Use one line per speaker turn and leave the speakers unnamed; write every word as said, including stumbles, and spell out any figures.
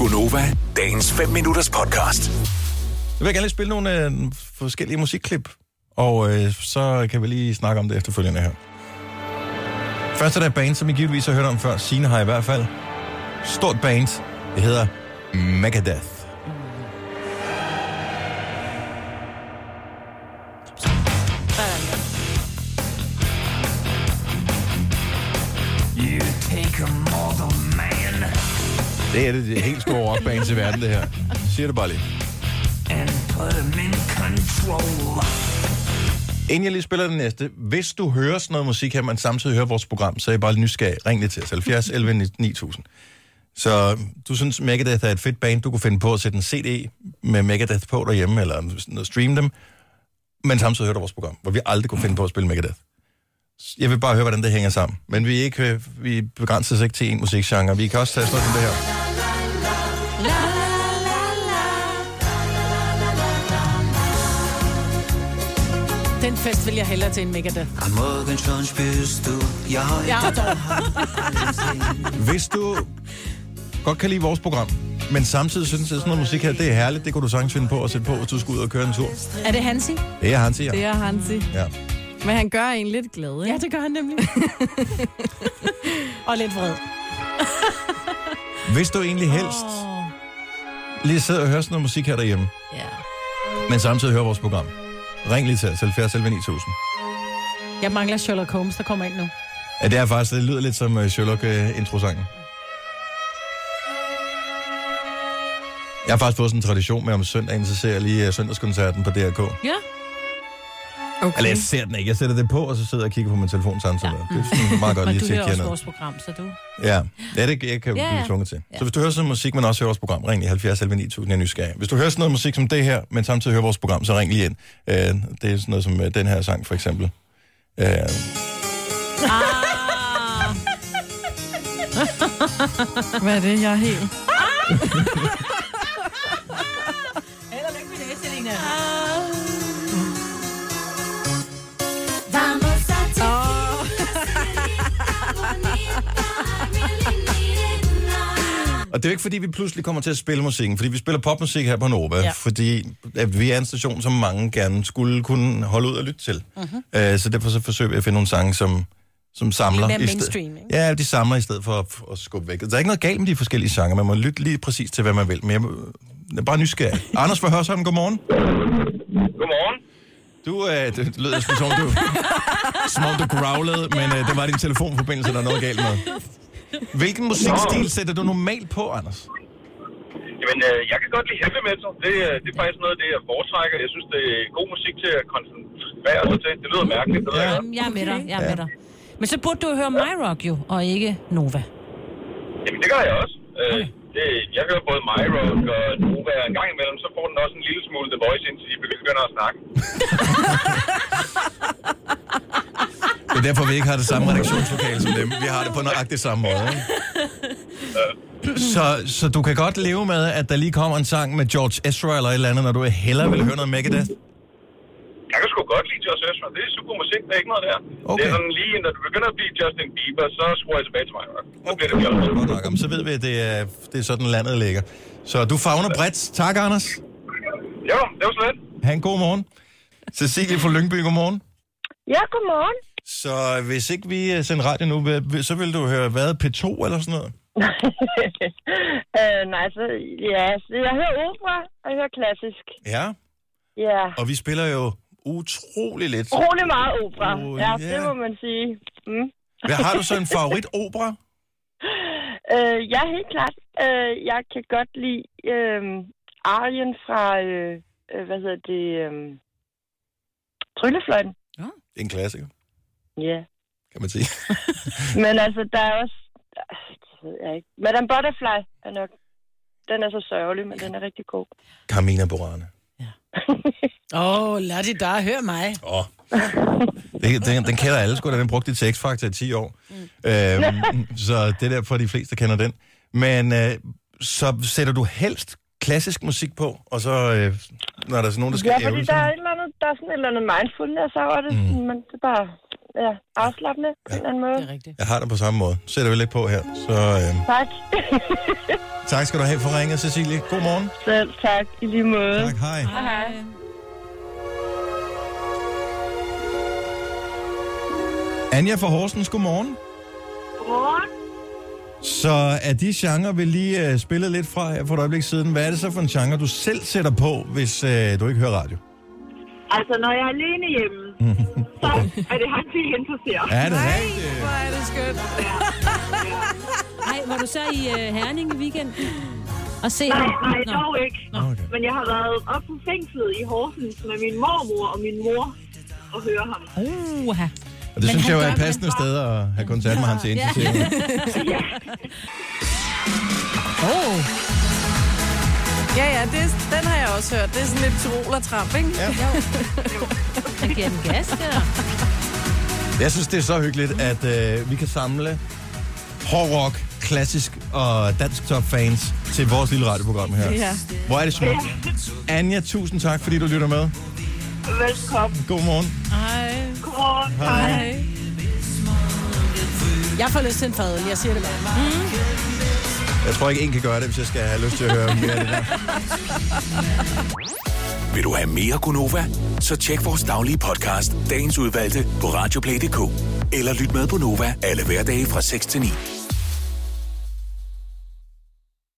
Gunova, dagens fem minutters podcast.
Jeg vil gerne lige spille nogle øh, forskellige musikklip, og øh, så kan vi lige snakke om det efterfølgende her. Først er der et band, som I givetvis har hørt om før. Signe har i hvert fald. Stort band. Det hedder Megadeth.
You take a mortal man.
Det er det, det helt store rockband i verden, det her. Siger det bare lige.
And put him in control.
Inden jeg lige spiller den næste, hvis du hører sådan noget musik her, man samtidig hører vores program, så er jeg bare nysgerrig. Ring lige til os. halvfjerds elleve ni tusind. Så du synes, Megadeth er et fedt band, du kunne finde på at sætte en C D med Megadeth på derhjemme, eller streame dem, men samtidig hører du vores program, hvor vi aldrig kunne finde på at spille Megadeth. Jeg vil bare høre, hvordan det hænger sammen. Men vi, er ikke, vi begrænser os ikke til en musikgenre. Vi kan også tage sådan noget som det her.
Den fest vil jeg hellere til en Megadeth.
Hvis du godt kan lide vores program, men samtidig synes, at sådan noget musik her, det er herligt, det kunne du sagtens finde på at sætte på, hvis du skal ud og køre en tur.
Er det Hansi?
Det er Hansi, ja.
Det er Hansi.
Ja.
Men han gør en lidt glad, ikke?
Ja, det gør han nemlig. Og lidt vred.
Hvis du egentlig helst
oh.
lige sidder og hører sådan noget musik her derhjemme,
ja.
men samtidig hører vores program, ring lige til os, halvfjerds elleve ni tusind.
Jeg mangler Sherlock Holmes, der kommer ind nu.
Ja, det er faktisk, det lyder lidt som Sherlock-introsangen. Jeg har faktisk fået sådan en tradition med om søndagen, så ser jeg lige søndagskoncerten på D R K.
Ja.
Okay.
Eller jeg ser den ikke. Jeg sætter det på, og så sidder jeg og kigger på min telefon samtidig. Ja. Det er sådan meget godt lige at tjekke
Og du hører også
noget.
vores program, så du...
Ja, ja det jeg kan
ja,
blive
ja.
tvunget til.
Ja.
Så hvis du hører sådan musik, men også hører vores program, ring lige halvfjerds elleve ni tusind, jeg er nysgerrig. Hvis du hører sådan noget musik som det her, men samtidig hører vores program, så ring lige ind. Uh, det er sådan noget som uh, den her sang, for eksempel. Uh...
Ah.
Hvad er det? Jeg er helt...
Held og lykke med det, Selina.
Og det er jo ikke, fordi vi pludselig kommer til at spille musikken, fordi vi spiller popmusik her på Nova, ja. Fordi at vi er en station, som mange gerne skulle kunne holde ud og lytte til. Uh-huh. Uh, så derfor så forsøger vi at finde nogle sange, som, som samler.
Mere
i sted...
mainstream, ikke?
Ja, de samler i stedet for at, at skubbe væk. Der er ikke noget galt med de forskellige sange, man må lytte lige præcis til, hvad man vil. Men jeg er bare nysgerrig. Anders fra Hørsholm, godmorgen.
Godmorgen.
Du, øh, det lød som om du, som om du growlede, men øh, det var din telefonforbindelse, der er noget galt med. Hvilken musikstil sætter du normalt på, Anders?
Jamen, øh, jeg kan godt lide heavy metal. Det, det er faktisk noget af det, jeg foretrækker. Jeg synes, det er god musik til at koncentrere sig til. Det lyder mærkeligt. Det
ja.
Jamen, jeg er med dig, jeg er med dig. Men så burde du høre My Rock jo, og ikke Nova.
Jamen, det gør jeg også. Øh, det, jeg hører både My Rock og Nova. En gang imellem, så får den også en lille smule The Voice, indtil de begynder at snakke.
Det er derfor, vi ikke har det samme redaktionslokale som dem. Vi har det på nøjagtigt samme måde. Ikke? Så, så du kan godt leve med, at der lige kommer en sang med George Ezra eller et eller andet, når du hellere vil høre noget Megadeth?
Jeg kan sgu godt lide George Ezra. Det er super musik, der er ikke noget der. Okay. Det er sådan lige, når du begynder at blive Justin Bieber, så skruer jeg tilbage til mig. Så bliver det
fjollet. Så ved vi, at det er, det er sådan, landet ligger. Så du favner bredt. Tak, Anders.
Jo, det var slet.
Ha' en god morgen. Cecilie fra Lyngby, godmorgen.
Ja, godmorgen.
Så hvis ikke vi sender radio nu, så vil du høre, hvad, P to eller sådan noget?
øh, nej, så ja, så jeg hører opera, og jeg hører klassisk.
Ja?
Ja.
Og vi spiller jo utrolig lidt.
Utrolig meget opera,
oh,
ja,
yeah.
det må man sige. Mm.
Hvad har du så en favorit opera?
øh, ja, helt klart. Øh, jeg kan godt lide øh, arien fra, øh, hvad hedder det, øh, Tryllefløjten.
Ja. Det er en klassiker.
Ja.
Kan man sige.
Men altså, der er også... Det ved jeg ikke. Madame Butterfly er nok... Den er så sørgelig, men den er rigtig god.
Carmina Burana.
Ja. Åh, oh, lad det da høre mig.
Åh. Oh. Den, den kender alle, sgu da. Den brugte i T-X-Factor i ti år. Mm. Øhm, så det er derfor, de fleste kender den. Men øh, så sætter du helst klassisk musik på, og så, øh, når der er sådan nogen, der skal
ævle. Ja, fordi
ævle,
der er, et eller andet, der er sådan et eller andet mindfulness over det, mm. men det er bare... ja, afslappende på en eller anden måde.
Det er rigtigt.
Jeg har det på samme måde. Sætter vi lidt på her. Så øh,
Tak.
tak skal du have for ringet, Cecilie. God morgen.
Selv tak, i lige måde.
Tak, hej.
Hej.
Anja fra Horsens, god morgen.
Godmorgen.
Så er de genrer, vi lige uh, spillet lidt fra her for et øjeblik siden. Hvad er det så for en genre, du selv sætter på, hvis uh, du ikke hører radio?
Altså, når jeg er alene hjemme, så er det han til interesserer.
Er det rigtigt?
Hvor er det skønt.
Ej, var du så i uh, Herning i weekenden? Og se
Nej,
ham?
nej,
Nå.
dog ikke.
Okay.
Men jeg har været op på fængslet i Horsens med min mormor og min mor og høre ham.
Uha.
Og det
Men
synes
han
jeg jo er
gør
et passende sted at have kontakt med ham til interessering.
Åh.
Ja, ja, det, den har jeg også hørt. Det er sådan lidt tyrolertramp, ikke?
Ja.
Han giver den gas, der.
Jeg synes, det er så hyggeligt, at øh, vi kan samle hård rock, klassisk og dansk top fans til vores lille radioprogram her.
Ja.
Hvor er det smukt. Anja, tusind tak, fordi du lytter med.
Velkommen.
God morgen.
Hej.
Godmorgen.
Hej.
Jeg får lyst til en fadøl, jeg siger det bare. Mm.
Jeg tror ikke, en kan gøre det, hvis jeg skal have lyst til at høre mere af det der.
Vil du have mere Gunova? Så tjek vores daglige podcast, dagens udvalgte, på radioplay punktum d k. Eller lyt med på Nova alle hverdage fra seks til ni.